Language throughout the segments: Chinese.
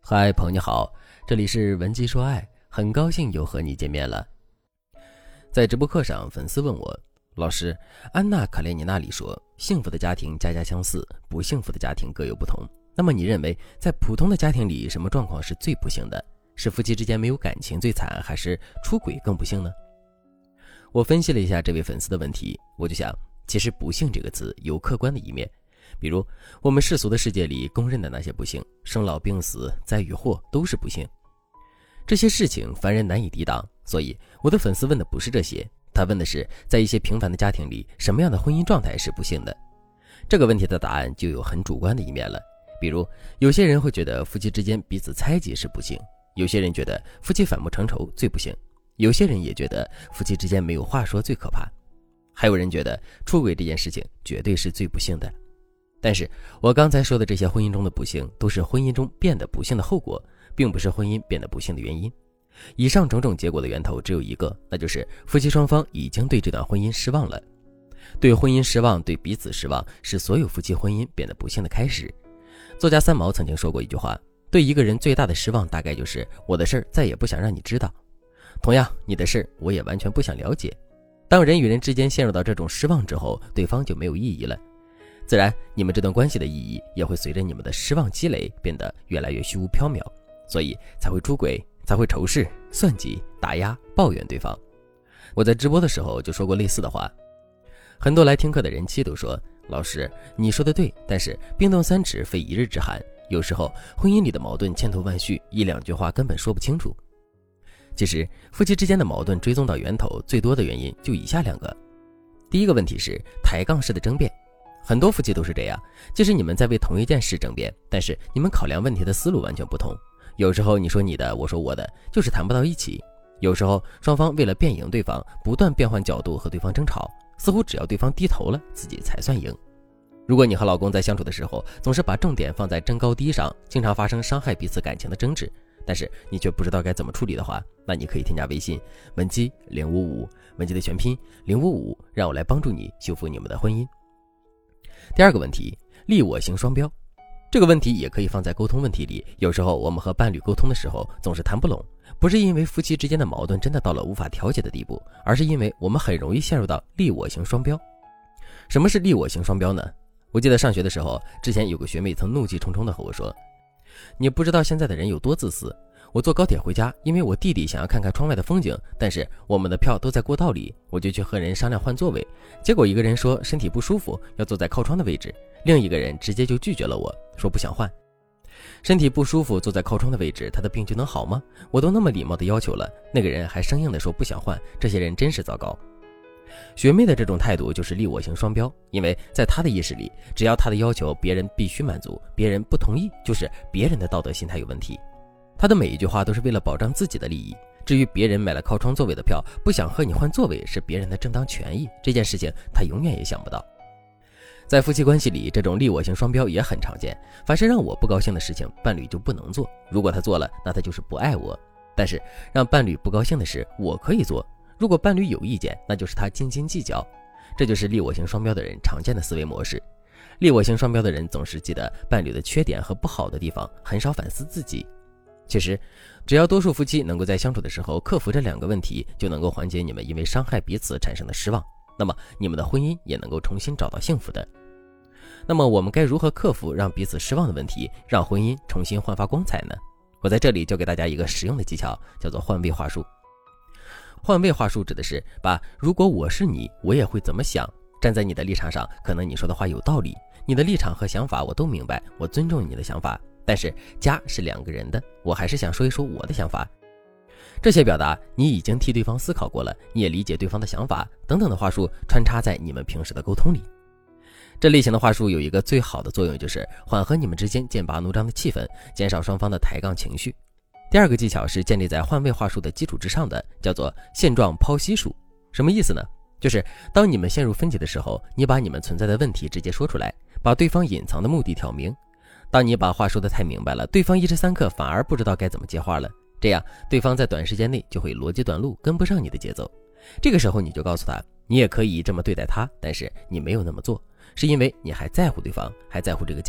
嗨，朋友你好，这里是文姬说爱，很高兴又和你见面了。在直播课上，粉丝问我，老师，安娜·卡列尼娜里说，幸福的家庭家家相似，不幸福的家庭各有不同。那么你认为，在普通的家庭里，什么状况是最不幸的？是夫妻之间没有感情最惨，还是出轨更不幸呢？我分析了一下这位粉丝的问题，我就想，其实不幸这个词有客观的一面。比如我们世俗的世界里公认的那些不幸，生老病死、灾与祸都是不幸。这些事情凡人难以抵挡，所以我的粉丝问的不是这些，他问的是在一些平凡的家庭里，什么样的婚姻状态是不幸的。这个问题的答案就有很主观的一面了。比如有些人会觉得夫妻之间彼此猜忌是不幸，有些人觉得夫妻反目成仇最不幸，有些人也觉得夫妻之间没有话说最可怕，还有人觉得出轨这件事情绝对是最不幸的。但是我刚才说的这些婚姻中的不幸，都是婚姻中变得不幸的后果，并不是婚姻变得不幸的原因。以上种种结果的源头只有一个，那就是夫妻双方已经对这段婚姻失望了。对婚姻失望，对彼此失望，是所有夫妻婚姻变得不幸的开始。作家三毛曾经说过一句话，对一个人最大的失望大概就是我的事儿再也不想让你知道，同样你的事儿我也完全不想了解。当人与人之间陷入到这种失望之后，对方就没有意义了，自然你们这段关系的意义也会随着你们的失望积累变得越来越虚无缥缈，所以才会出轨，才会仇视、算计、打压、抱怨对方。我在直播的时候就说过类似的话，很多来听课的人妻都说，老师你说的对，但是冰冻三尺非一日之寒，有时候婚姻里的矛盾千头万绪，一两句话根本说不清楚。其实夫妻之间的矛盾追踪到源头最多的原因就以下两个。第一个问题是抬杠式的争辩，很多夫妻都是这样，即使你们在为同一件事争辩，但是你们考量问题的思路完全不同。有时候你说你的，我说我的，就是谈不到一起。有时候双方为了辩赢对方，不断变换角度和对方争吵，似乎只要对方低头了，自己才算赢。如果你和老公在相处的时候，总是把重点放在争高低上，经常发生伤害彼此感情的争执，但是你却不知道该怎么处理的话，那你可以添加微信文姬055，文姬的全拼055，让我来帮助你修复你们的婚姻。第二个问题，利我型双标。这个问题也可以放在沟通问题里，有时候我们和伴侣沟通的时候总是谈不拢，不是因为夫妻之间的矛盾真的到了无法调解的地步，而是因为我们很容易陷入到利我型双标。什么是利我型双标呢？我记得上学的时候，之前有个学妹曾怒气冲冲地和我说，你不知道现在的人有多自私，我坐高铁回家，因为我弟弟想要看看窗外的风景，但是我们的票都在过道里，我就去和人商量换座位，结果一个人说身体不舒服要坐在靠窗的位置，另一个人直接就拒绝了我，说不想换。身体不舒服坐在靠窗的位置，他的病就能好吗？我都那么礼貌的要求了，那个人还生硬的说不想换，这些人真是糟糕。学妹的这种态度就是利我型双标，因为在她的意识里，只要她的要求别人必须满足，别人不同意就是别人的道德心态有问题。她的每一句话都是为了保障自己的利益，至于别人买了靠窗座位的票，不想和你换座位是别人的正当权益，这件事情她永远也想不到。在夫妻关系里，这种利我型双标也很常见，凡是让我不高兴的事情，伴侣就不能做，如果他做了，那他就是不爱我。但是让伴侣不高兴的事，我可以做，如果伴侣有意见，那就是他斤斤计较。这就是利我型双标的人常见的思维模式。利我型双标的人总是记得伴侣的缺点和不好的地方，很少反思自己。其实只要多数夫妻能够在相处的时候克服这两个问题，就能够缓解你们因为伤害彼此产生的失望，那么你们的婚姻也能够重新找到幸福的。那么我们该如何克服让彼此失望的问题，让婚姻重新焕发光彩呢？我在这里教给大家一个实用的技巧，叫做换位话术。换位话术指的是把如果我是你，我也会怎么想，站在你的立场上，可能你说的话有道理，你的立场和想法我都明白，我尊重你的想法，但是家是两个人的，我还是想说一说我的想法。这些表达你已经替对方思考过了，你也理解对方的想法等等的话术穿插在你们平时的沟通里。这类型的话术有一个最好的作用，就是缓和你们之间剑拔弩张的气氛，减少双方的抬杠情绪。第二个技巧是建立在换位话术的基础之上的，叫做现状剖析术。什么意思呢？就是当你们陷入分歧的时候，你把你们存在的问题直接说出来，把对方隐藏的目的挑明。当你把话说得太明白了，对方一时三刻反而不知道该怎么接话了，这样对方在短时间内就会逻辑短路，跟不上你的节奏。这个时候你就告诉他，你也可以这么对待他，但是你没有那么做，是因为你还在乎对方，还在乎这个家。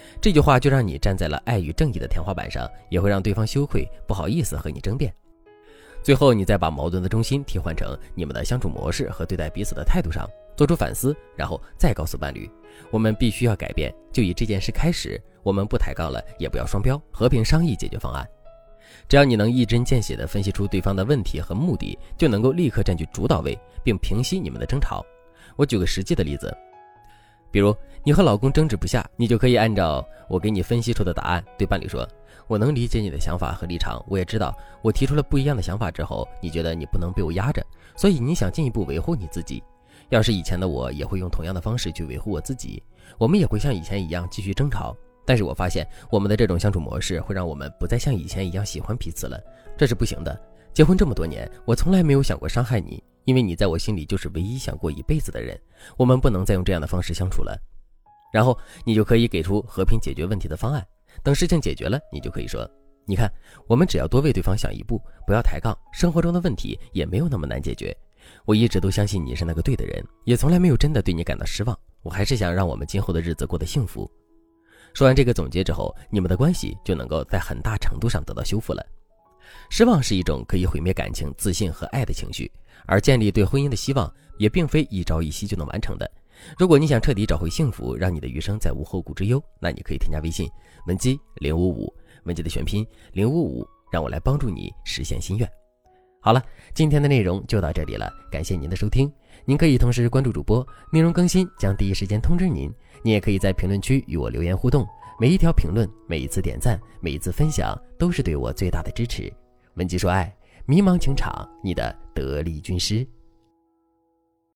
这句话就让你站在了爱与正义的天花板上，也会让对方羞愧不好意思和你争辩。最后你再把矛盾的中心替换成你们的相处模式和对待彼此的态度上，做出反思，然后再告诉伴侣，我们必须要改变，就以这件事开始，我们不抬杠了，也不要双标，和平商议解决方案。只要你能一针见血地分析出对方的问题和目的，就能够立刻占据主导位，并平息你们的争吵。我举个实际的例子，比如你和老公争执不下，你就可以按照我给你分析出的答案对伴侣说，我能理解你的想法和立场，我也知道我提出了不一样的想法之后，你觉得你不能被我压着，所以你想进一步维护你自己。要是以前的我也会用同样的方式去维护我自己，我们也会像以前一样继续争吵，但是我发现我们的这种相处模式会让我们不再像以前一样喜欢彼此了，这是不行的。结婚这么多年，我从来没有想过伤害你，因为你在我心里就是唯一想过一辈子的人，我们不能再用这样的方式相处了。然后你就可以给出和平解决问题的方案，等事情解决了，你就可以说，你看，我们只要多为对方想一步，不要抬杠，生活中的问题也没有那么难解决。我一直都相信你是那个对的人，也从来没有真的对你感到失望，我还是想让我们今后的日子过得幸福。说完这个总结之后，你们的关系就能够在很大程度上得到修复了。失望是一种可以毁灭感情、自信和爱的情绪，而建立对婚姻的希望也并非一朝一夕就能完成的。如果你想彻底找回幸福，让你的余生再无后顾之忧，那你可以添加微信文姬055，文姬的全拼055，让我来帮助你实现心愿。好了，今天的内容就到这里了，感谢您的收听。您可以同时关注主播，内容更新将第一时间通知您。您也可以在评论区与我留言互动，每一条评论，每一次点赞，每一次分享，都是对我最大的支持。文姬说爱，迷茫情场，你的得力军师。